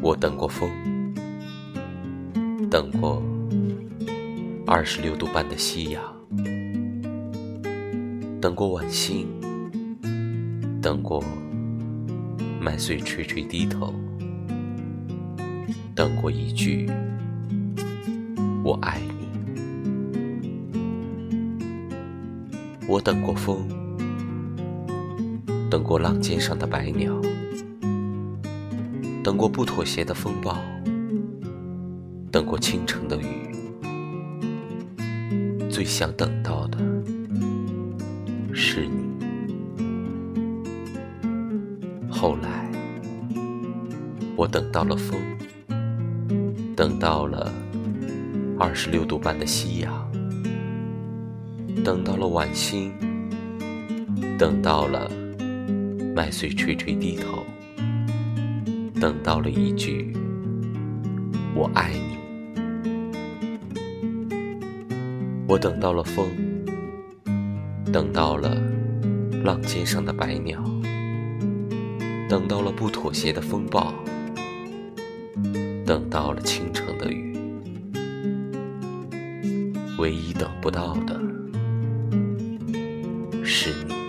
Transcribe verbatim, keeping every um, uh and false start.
我等过风，等过二十六度半的夕阳，等过晚星，等过麦穗垂垂低头，等过一句我爱你。我等过风，等过浪尖上的白鸟，等过不妥协的风暴，等过倾城的雨。最想等到的是你。后来我等到了风，等到了二十六度半的夕阳，等到了晚星，等到了麦穗垂垂低头，等到了一句我爱你。我等到了风，等到了浪尖上的白鸟，等到了不妥协的风暴，等到了倾城的雨。唯一等不到的是你。